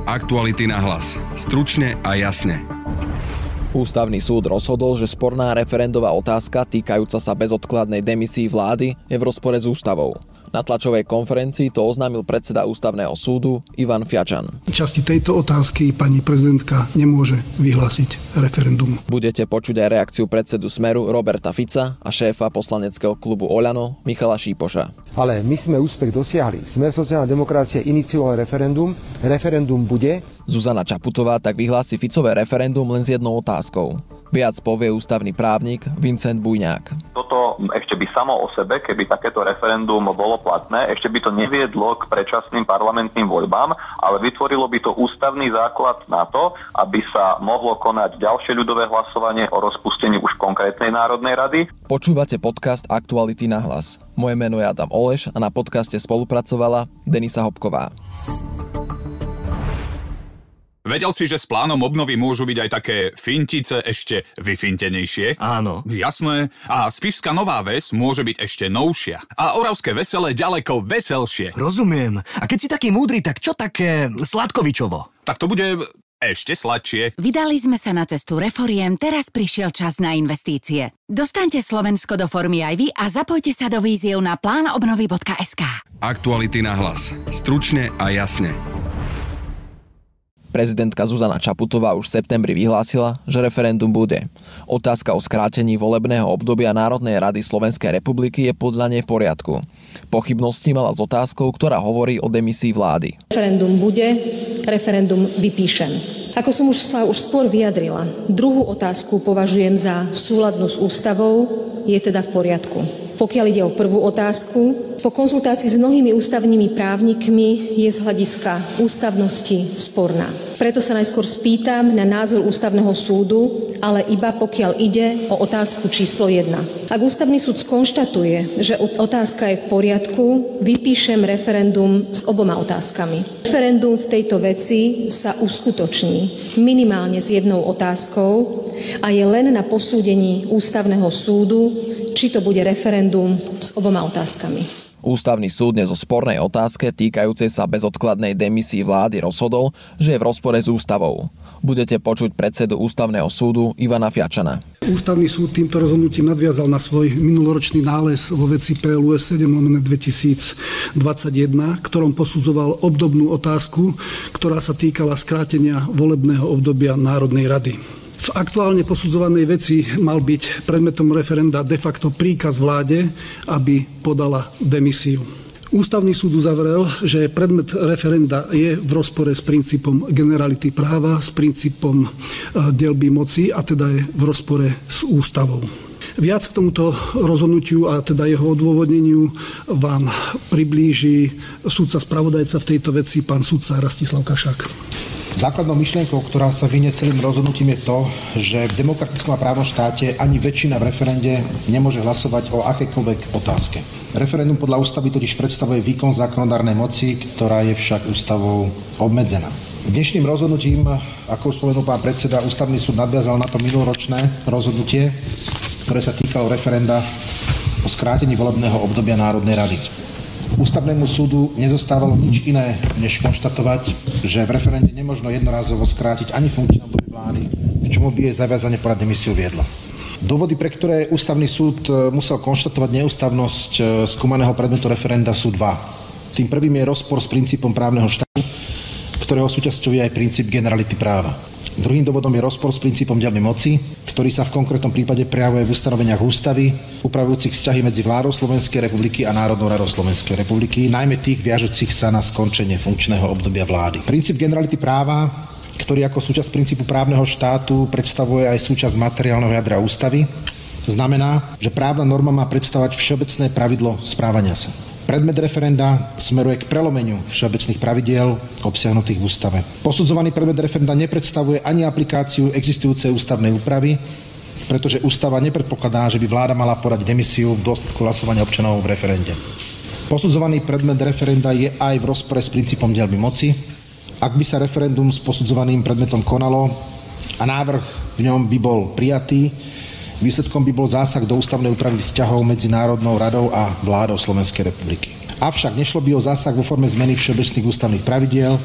Aktuality na hlas. Stručne a jasne. Ústavný súd rozhodol, že sporná referendová otázka týkajúca sa bezodkladnej demisii vlády je v rozpore s ústavou. Na tlačovej konferencii to oznámil predseda Ústavného súdu Ivan Fiačan. V časti tejto otázky pani prezidentka nemôže vyhlásiť referendum. Budete počuť aj reakciu predsedu Smeru Roberta Fica a šéfa poslaneckého klubu Oľano Michala Šípoša. Ale my sme úspech dosiahli. Smer sociálna demokracia inicioval referendum. Referendum bude. Zuzana Čaputová tak vyhlási Ficové referendum len s jednou otázkou. Viac povie ústavný právnik Vincent Bujňák. Toto ešte by samo o sebe, keby takéto referendum bolo platné, ešte by to neviedlo k predčasným parlamentným voľbám, ale vytvorilo by to ústavný základ na to, aby sa mohlo konať ďalšie ľudové hlasovanie o rozpustení už konkrétnej Národnej rady. Počúvate podcast Aktuality na hlas. Moje meno je Adam Oleš a na podcaste spolupracovala Denisa Hopková. Vedel si, že s plánom obnovy môžu byť aj také fintice ešte vyfintenejšie? Áno. Jasné. A Spišská Nová Ves môže byť ešte novšia. A Oravské Veselé ďaleko veselšie. Rozumiem. A keď si taký múdry, tak čo také Sladkovičovo? Tak to bude ešte sladšie. Vydali sme sa na cestu reforiem, teraz prišiel čas na investície. Dostaňte Slovensko do formy aj vy a zapojte sa do víziev na plánobnovy.sk. Aktuality na hlas. Stručne a jasne. Prezidentka Zuzana Čaputová už v septembri vyhlásila, že referendum bude. Otázka o skrátení volebného obdobia Národnej rady Slovenskej republiky je podľa nej v poriadku. Pochybnosti mala s otázkou, ktorá hovorí o demisii vlády. Referendum bude, referendum vypíšem. Ako som už skôr vyjadrila, druhú otázku považujem za súladnú s ústavou, je teda v poriadku. Pokiaľ ide o prvú otázku, po konzultácii s mnohými ústavnými právnikmi je z hľadiska ústavnosti sporná. Preto sa najskôr spýtam na názor Ústavného súdu, ale iba pokiaľ ide o otázku číslo 1. Ak Ústavný súd skonštatuje, že otázka je v poriadku, vypíšem referendum s oboma otázkami. Referendum v tejto veci sa uskutoční minimálne s jednou otázkou a je len na posúdení Ústavného súdu, či to bude referendum s oboma otázkami. Ústavný súd dnes o spornej otázke týkajúcej sa bezodkladnej demisii vlády rozhodol, že je v rozpore s ústavou. Budete počuť predsedu Ústavného súdu Ivana Fiačana. Ústavný súd týmto rozhodnutím nadviazal na svoj minuloročný nález vo veci PLUS 7/2021, ktorom posudzoval obdobnú otázku, ktorá sa týkala skrátenia volebného obdobia Národnej rady. V aktuálne posudzovanej veci mal byť predmetom referenda de facto príkaz vláde, aby podala demisiu. Ústavný súd uzavrel, že predmet referenda je v rozpore s princípom generality práva, s princípom deľby moci a teda je v rozpore s ústavou. Viac k tomuto rozhodnutiu a teda jeho odôvodneniu vám priblíži sudca spravodajca v tejto veci, pán sudca Rastislav Kašák. Základnou myšlienkou, ktorá sa vynie celým rozhodnutím, je to, že v demokratickom a právnom štáte ani väčšina v referende nemôže hlasovať o akékoľvek otázke. Referendum podľa ústavy totiž predstavuje výkon zákonodárnej moci, ktorá je však ústavou obmedzená. Dnešným rozhodnutím, ako už spomenul pán predseda, Ústavný súd nadviazal na to minuloročné rozhodnutie, ktoré sa týkalo referenda o skrátení volebného obdobia Národnej rady. Ústavnému súdu nezostávalo nič iné, než konštatovať, že v referende nemožno jednorazovo skrátiť ani funkčné obdobie vlády, k čomu by jej zaviazanie podať demisiu viedlo. Dôvody, pre ktoré Ústavný súd musel konštatovať neústavnosť skúmaného predmetu referenda sú dva. Tým prvým je rozpor s princípom právneho štátu, ktorého súčasťou je aj princíp generality práva. Druhým dôvodom je rozpor s princípom deľby moci, ktorý sa v konkrétnom prípade prejavuje v ustanoveniach ústavy, upravujúcich vzťahy medzi vládou Slovenskej republiky a Národnou radou Slovenskej republiky, najmä tých viažúcich sa na skončenie funkčného obdobia vlády. Princíp generality práva, ktorý ako súčasť princípu právneho štátu predstavuje aj súčasť materiálneho jadra ústavy, znamená, že právna norma má predstavovať všeobecné pravidlo správania sa. Predmet referenda smeruje k prelomeniu všeobecných pravidiel obsiahnutých v ústave. Posudzovaný predmet referenda nepredstavuje ani aplikáciu existujúcej ústavnej úpravy, pretože ústava nepredpokladá, že by vláda mala podať demisiu v dôsledku hlasovania občanov v referende. Posudzovaný predmet referenda je aj v rozpore s princípom deľby moci. Ak by sa referendum s posudzovaným predmetom konalo a návrh v ňom by bol prijatý, výsledkom by bol zásah do ústavnej úpravy vzťahov medzi Národnou radou a vládou Slovenskej republiky. Avšak nešlo by o zásah vo forme zmeny všeobecných ústavných pravidiel,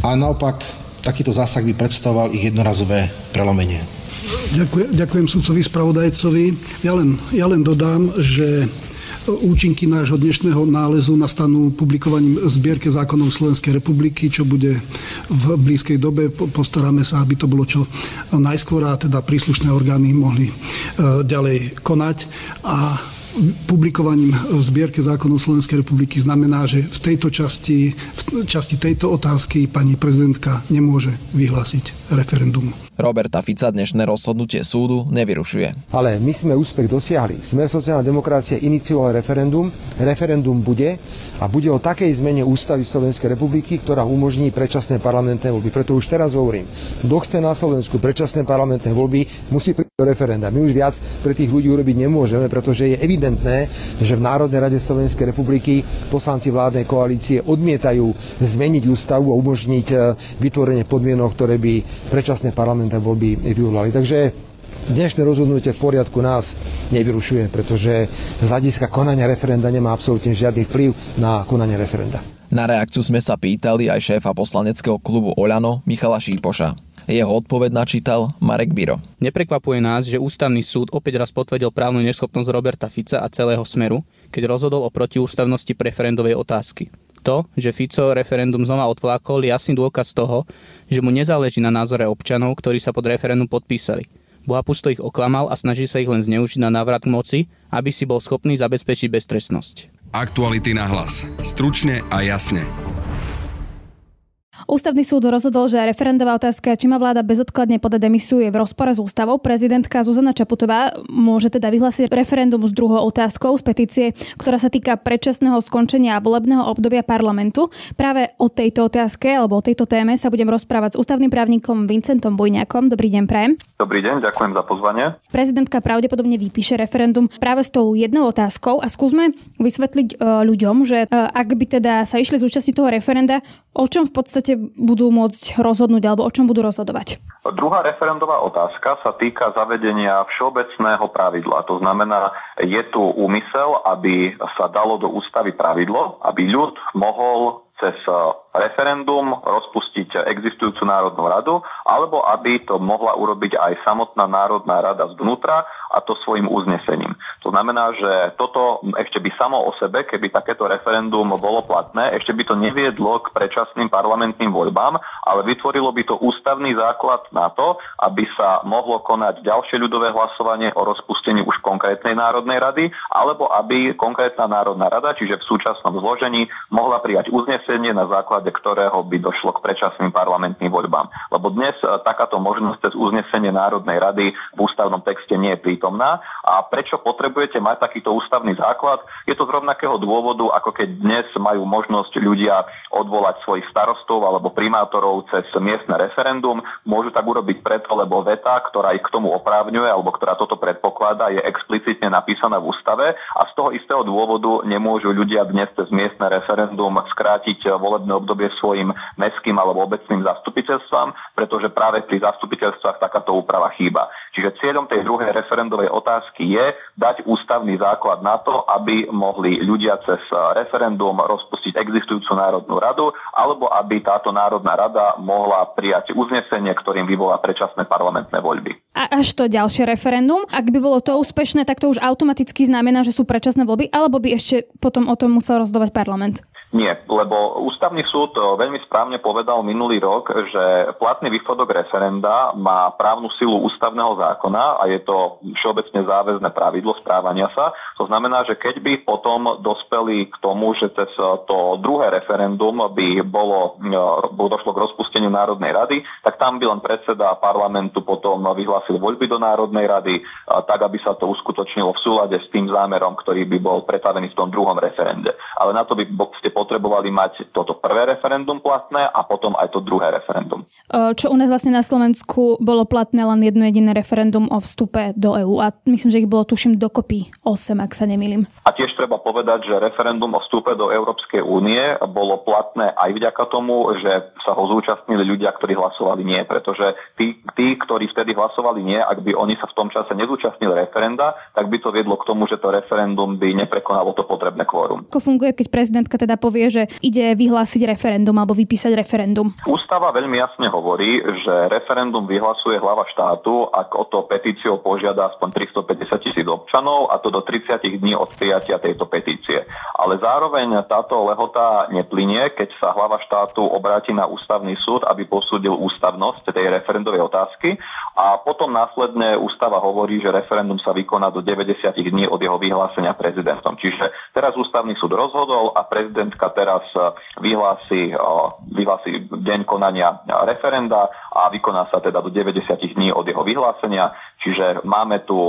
ale naopak takýto zásah by predstavoval ich jednorazové prelomenie. Ďakujem sudcovi spravodajcovi. Ja len dodám, že účinky nášho dnešného nálezu nastanú publikovaním zbierke zákonov Slovenskej republiky, čo bude v blízkej dobe. Postaráme sa, aby to bolo čo najskôr a teda príslušné orgány mohli ďalej konať. A publikovaním v zbierke zákonov Slovenskej republiky znamená, že v tejto časti tejto otázky pani prezidentka nemôže vyhlásiť referendum. Roberta Fica dnešné rozhodnutie súdu nevyrušuje. Ale my sme úspech dosiahli. Smer sociálna demokracia inicioval referendum. Referendum bude a bude o takej zmene ústavy Slovenskej republiky, ktorá umožní predčasné parlamentné voľby. Preto už teraz hovorím, kto chce na Slovensku predčasné parlamentné voľby, musí prísť do referenda. My už viac pre tých ľudí urobiť nemôžeme, pretože je evidentné, že v Národnej rade Slovenskej republiky poslanci vládnej koalície odmietajú zmeniť ústavu a umožniť vytvorenie podmienok, ktoré by predčasné parlamentné voľby vyvolali. Takže dnešné rozhodnutie v poriadku nás nevyrušuje, pretože z hľadiska konania referenda nemá absolútne žiadny vplyv na konanie referenda. Na reakciu sme sa pýtali aj šéfa poslaneckého klubu Oľano Michala Šípoša. Jeho odpoveď načítal Marek Biro. Neprekvapuje nás, že ústavný súd opäť raz potvrdil právnu neschopnosť Roberta Fica a celého Smeru, keď rozhodol o protiústavnosti preferendovej otázky. To, že Fico referendum znova odflákol, je jasný dôkaz toho, že mu nezáleží na názore občanov, ktorí sa pod referendum podpísali. Bohapusto ich oklamal a snaží sa ich len zneužiť na návrat k moci, aby si bol schopný zabezpečiť beztrestnosť. Aktuality na hlas. Stručne a jasne. Ústavný súd rozhodol, že referendová otázka, či má vláda bezodkladne podať demisiu, je v rozpore s ústavou. Prezidentka Zuzana Čaputová môže teda vyhlásiť referendum s druhou otázkou z petície, ktorá sa týka predčasného skončenia volebného obdobia parlamentu. Práve o tejto otázke alebo o tejto téme sa budem rozprávať s ústavným právnikom Vincentom Bujňákom. Dobrý deň, prajem. Dobrý deň, ďakujem za pozvanie. Prezidentka pravdepodobne vypíše referendum práve s tou jednou otázkou a skúsme vysvetliť ľuďom, že ak by teda sa išli zúčastniť toho referenda, o čom v podstate budú môcť rozhodnúť alebo o čom budú rozhodovať? Druhá referendová otázka sa týka zavedenia všeobecného pravidla. To znamená, je tu úmysel, aby sa dalo do ústavy pravidlo, aby ľud mohol cez referendum rozpustiť existujúcu Národnú radu, alebo aby to mohla urobiť aj samotná Národná rada zvnútra, a to svojim uznesením. To znamená, že toto ešte by samo o sebe, keby takéto referendum bolo platné, ešte by to neviedlo k predčasným parlamentným voľbám, ale vytvorilo by to ústavný základ na to, aby sa mohlo konať ďalšie ľudové hlasovanie o rozpustení už konkrétnej Národnej rady, alebo aby konkrétna Národná rada, čiže v súčasnom zložení, mohla prijať uznesenie, na základe ktorého by došlo k predčasným parlamentným voľbám. Lebo dnes takáto možnosť cez uznesenie Národnej rady v ústavnom texte nie je prítomná. A prečo potrebujete mať takýto ústavný základ? Je to z rovnakého dôvodu, ako keď dnes majú možnosť ľudia odvolať svojich starostov alebo primátorov cez miestne referendum. Môžu tak urobiť preto, lebo veta, ktorá ich k tomu oprávňuje alebo ktorá toto predpokladá, je explicitne napísaná v ústave a z toho istého dôvodu nemôžu ľudia dnes cez miestne referendum skrátiť volebné obdobie svojim mestským alebo obecným zastupiteľstvám, pretože práve pri zastupiteľstvách takáto úprava chýba. Čiže cieľom tej druhej referendovej otázky je dať ústavný základ na to, aby mohli ľudia cez referendum rozpustiť existujúcu Národnú radu, alebo aby táto Národná rada mohla prijať uznesenie, ktorým vyvolá predčasné parlamentné voľby. A až to ďalšie referendum, ak by bolo to úspešné, tak to už automaticky znamená, že sú predčasné voľby, alebo by ešte potom o tom musel rozhodovať parlament? Nie, lebo ústavný súd veľmi správne povedal minulý rok, že platný výsledok referenda má právnu silu ústavného zákona a je to všeobecne záväzné pravidlo správania sa. To znamená, že keď by potom dospeli k tomu, že cez to druhé referendum by došlo k rozpusteniu Národnej rady, tak tam by len predseda parlamentu potom vyhlásil voľby do Národnej rady, tak aby sa to uskutočnilo v súlade s tým zámerom, ktorý by bol pretavený v tom druhom referende. Ale na to by ste potrebovali mať toto prvé referendum platné a potom aj to druhé referendum. Čo u nás vlastne na Slovensku bolo platné len jedno jediné referendum o vstupe do EÚ a myslím, že ich bolo tuším dokopy 8, ak sa nemýlim. A tiež treba povedať, že referendum o vstupe do Európskej únie bolo platné aj vďaka tomu, že sa ho zúčastnili ľudia, ktorí hlasovali nie, pretože tí, ktorí vtedy hlasovali hlasovali nie, ak by oni sa v tom čase nezúčastnili referenda, tak by to viedlo k tomu, že to referendum by neprekonalo to potrebné kvórum. Ako funguje, keď prezidentka teda povie, že ide vyhlásiť referendum alebo vypísať referendum? Ústava veľmi jasne hovorí, že referendum vyhlasuje hlava štátu, ak o to petíciou požiada aspoň 350,000 občanov, a to do 30 dní od prijatia tejto petície. Ale zároveň táto lehota neplynie, keď sa hlava štátu obráti na ústavný súd, aby posúdil ústavnosť tej referendovej otázky, a potom následne ústava hovorí, že referendum sa vykoná do 90 dní od jeho vyhlásenia prezidentom. Čiže teraz ústavný súd rozhodol a prezidentka teraz vyhlási deň konania referenda a vykoná sa teda do 90 dní od jeho vyhlásenia. Čiže máme tu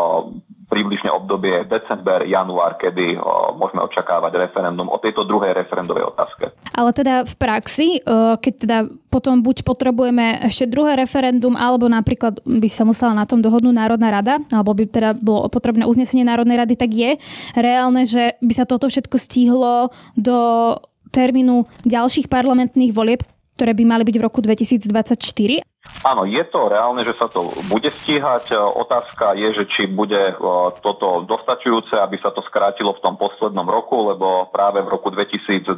približne obdobie december, január, kedy môžeme očakávať referendum o tejto druhej referendovej otázke. Ale teda v praxi, keď teda potom buď potrebujeme ešte druhé referendum, alebo napríklad by sa musela na tom dohodnúť Národná rada, alebo by teda bolo potrebné uznesenie Národnej rady, tak je reálne, že by sa toto všetko stihlo do termínu ďalších parlamentných volieb, ktoré by mali byť v roku 2024? Áno, je to reálne, že sa to bude stíhať. Otázka je, že či bude toto dostačujúce, aby sa to skrátilo v tom poslednom roku, lebo práve v roku 2023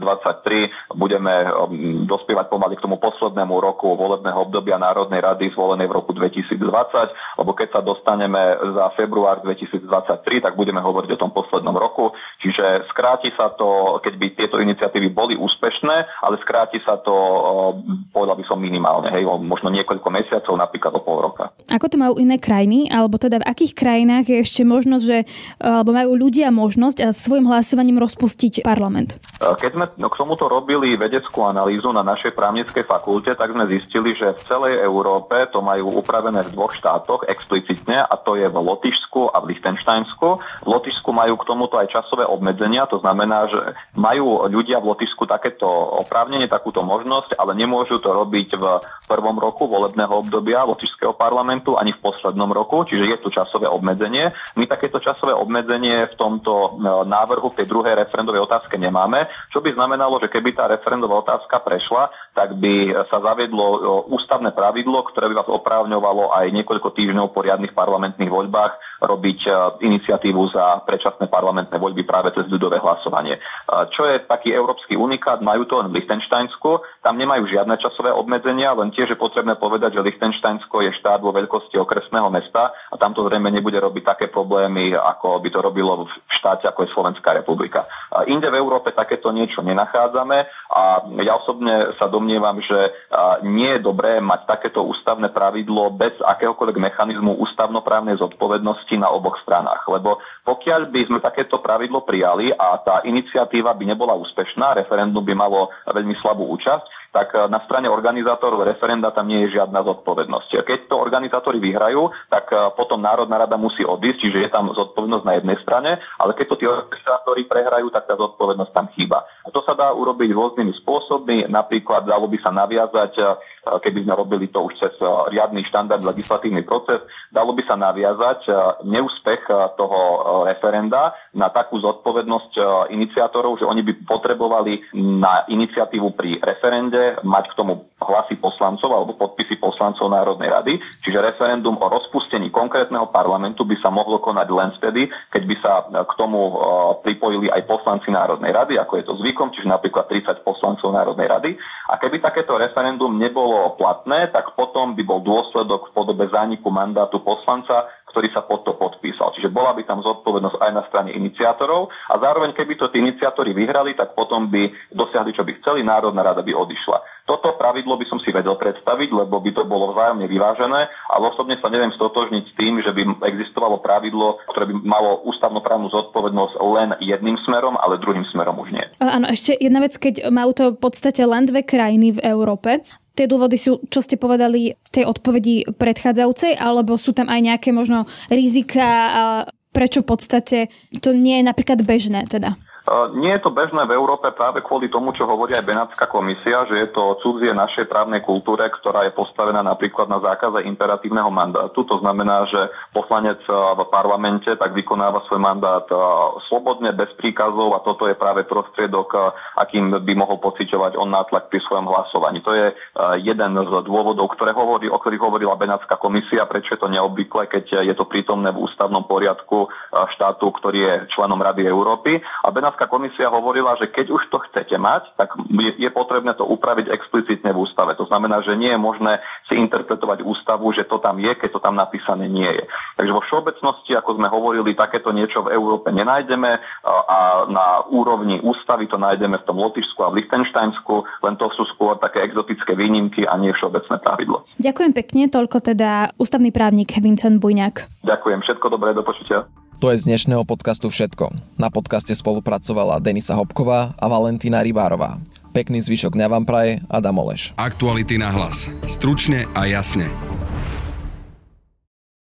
budeme dospievať pomaly k tomu poslednému roku volebného obdobia Národnej rady zvolenej v roku 2020, lebo keď sa dostaneme za február 2023, tak budeme hovoriť o tom poslednom roku. Čiže skráti sa to, keď by tieto iniciatívy boli úspešné, ale skráti sa to, povedal by som minimálne, možno niekoľko mesiacov, napríklad o pol roka. Ako to majú iné krajiny, alebo teda v akých krajinách je ešte možnosť, že alebo majú ľudia možnosť a svojim hlasovaním rozpustiť parlament? Keď sme k tomuto robili vedeckú analýzu na našej právnickej fakulte, tak sme zistili, že v celej Európe to majú upravené v dvoch štátoch explicitne, a to je v Lotyšsku a v Lichtenštajnsku. V Lotyšsku majú k tomuto aj časové obmedzenia, to znamená, že majú ľudia v Lotyšsku takéto oprávnenie, takúto možnosť, ale nemôžu to robiť v prvom roku volebného obdobia lotyšského parlamentu ani v poslednom roku, čiže je tu časové obmedzenie. My takéto časové obmedzenie v tomto návrhu v tej druhej referendovej otázke nemáme, čo by znamenalo, že keby tá referendová otázka prešla, tak by sa zaviedlo ústavné pravidlo, ktoré by vás oprávňovalo aj niekoľko týždňov po riadnych parlamentných voľbách robiť iniciatívu za predčasné parlamentné voľby práve cez ľudové hlasovanie. Čo je taký európsky unikát, majú to len v Lichtenštajnsku, tam nemajú žiadne časové obmedzenia, len tiež je potrebné povedať, že Lichtenštajnsko je štát vo veľkosti okresného mesta a tam to zrejme nebude robiť také problémy, ako by to robilo v štáte, ako je Slovenská republika. Inde v Európe takéto niečo nenachádzame a ja osobne sa domnievam, že nie je dobré mať takéto ústavné pravidlo bez akéhokoľvek mechanizmu ústavnoprávnej zodpovednosti na oboch stranách. Lebo pokiaľ by sme takéto pravidlo prijali a tá iniciatíva by nebola úspešná, referendum by malo veľmi slabú účasť, tak na strane organizátorov referenda tam nie je žiadna zodpovednosť. Keď to organizátori vyhrajú, tak potom Národná rada musí odísť, čiže je tam zodpovednosť na jednej strane, ale keď to tí organizátori prehrajú, tak tá zodpovednosť tam chýba. A to sa dá urobiť rôznymi spôsobmi, napríklad dalo by sa naviazať, keby sme robili to už cez riadny štandard legislatívny proces, dalo by sa naviazať neúspech toho referenda na takú zodpovednosť iniciátorov, že oni by potrebovali na iniciatívu pri referende mať k tomu hlasy poslancov alebo podpisy poslancov Národnej rady. Čiže referendum o rozpustení konkrétneho parlamentu by sa mohlo konať len vtedy, keď by sa k tomu pripojili aj poslanci Národnej rady, ako je to zvykom, čiže napríklad 30 poslancov Národnej rady. A keby takéto referendum nebolo platné, tak potom by bol dôsledok v podobe zániku mandátu poslanca, ktorý sa pod to podpísal. Čiže bola by tam zodpovednosť aj na strane iniciátorov a zároveň, keby to tí iniciátori vyhrali, tak potom by dosiahli, čo by chceli, Národná rada by odišla. Toto pravidlo by som si vedel predstaviť, lebo by to bolo vzájomne vyvážené, ale osobne sa neviem stotožniť s tým, že by existovalo pravidlo, ktoré by malo ústavnoprávnu zodpovednosť len jedným smerom, ale druhým smerom už nie. Áno, ešte jedna vec, keď majú to v podstate len dve krajiny v Európe. Tie dôvody sú, čo ste povedali v tej odpovedi predchádzajúcej, alebo sú tam aj nejaké možno rizika, prečo v podstate to nie je napríklad bežné teda? Nie je to bežné v Európe práve kvôli tomu, čo hovorí aj Benátska komisia, že je to cudzie našej právnej kultúre, ktorá je postavená napríklad na zákaze imperatívneho mandátu. To znamená, že poslanec v parlamente tak vykonáva svoj mandát slobodne, bez príkazov a toto je práve prostriedok, akým by mohol pociťovať on nátlak pri svojom hlasovaní. To je jeden z dôvodov, o ktorých hovorila Benátska komisia, prečo je to neobvyklé, keď je to prítomné v ústavnom poriadku štátu, ktorý je členom Rady Európy. A Benátska komisia hovorila, že keď už to chcete mať, tak je potrebné to upraviť explicitne v ústave. To znamená, že nie je možné si interpretovať ústavu, že to tam je, keď to tam napísané nie je. Takže vo všeobecnosti, ako sme hovorili, takéto niečo v Európe nenájdeme a na úrovni ústavy to nájdeme v tom Lotyšsku a v Lichtensteinsku, len to sú skôr také exotické výnimky a nie všeobecné pravidlo. Ďakujem pekne, toľko teda ústavný právnik Vincent Bujňák. Ďakujem, všetko dobré, do počutia. To je z dnešného podcastu všetko. Na podcaste spolupracovala Denisa Hopková a Valentína Rybárová. Pekný zvyšok dňa vám praje Adam Oleš. Aktuality na hlas. Stručne a jasne.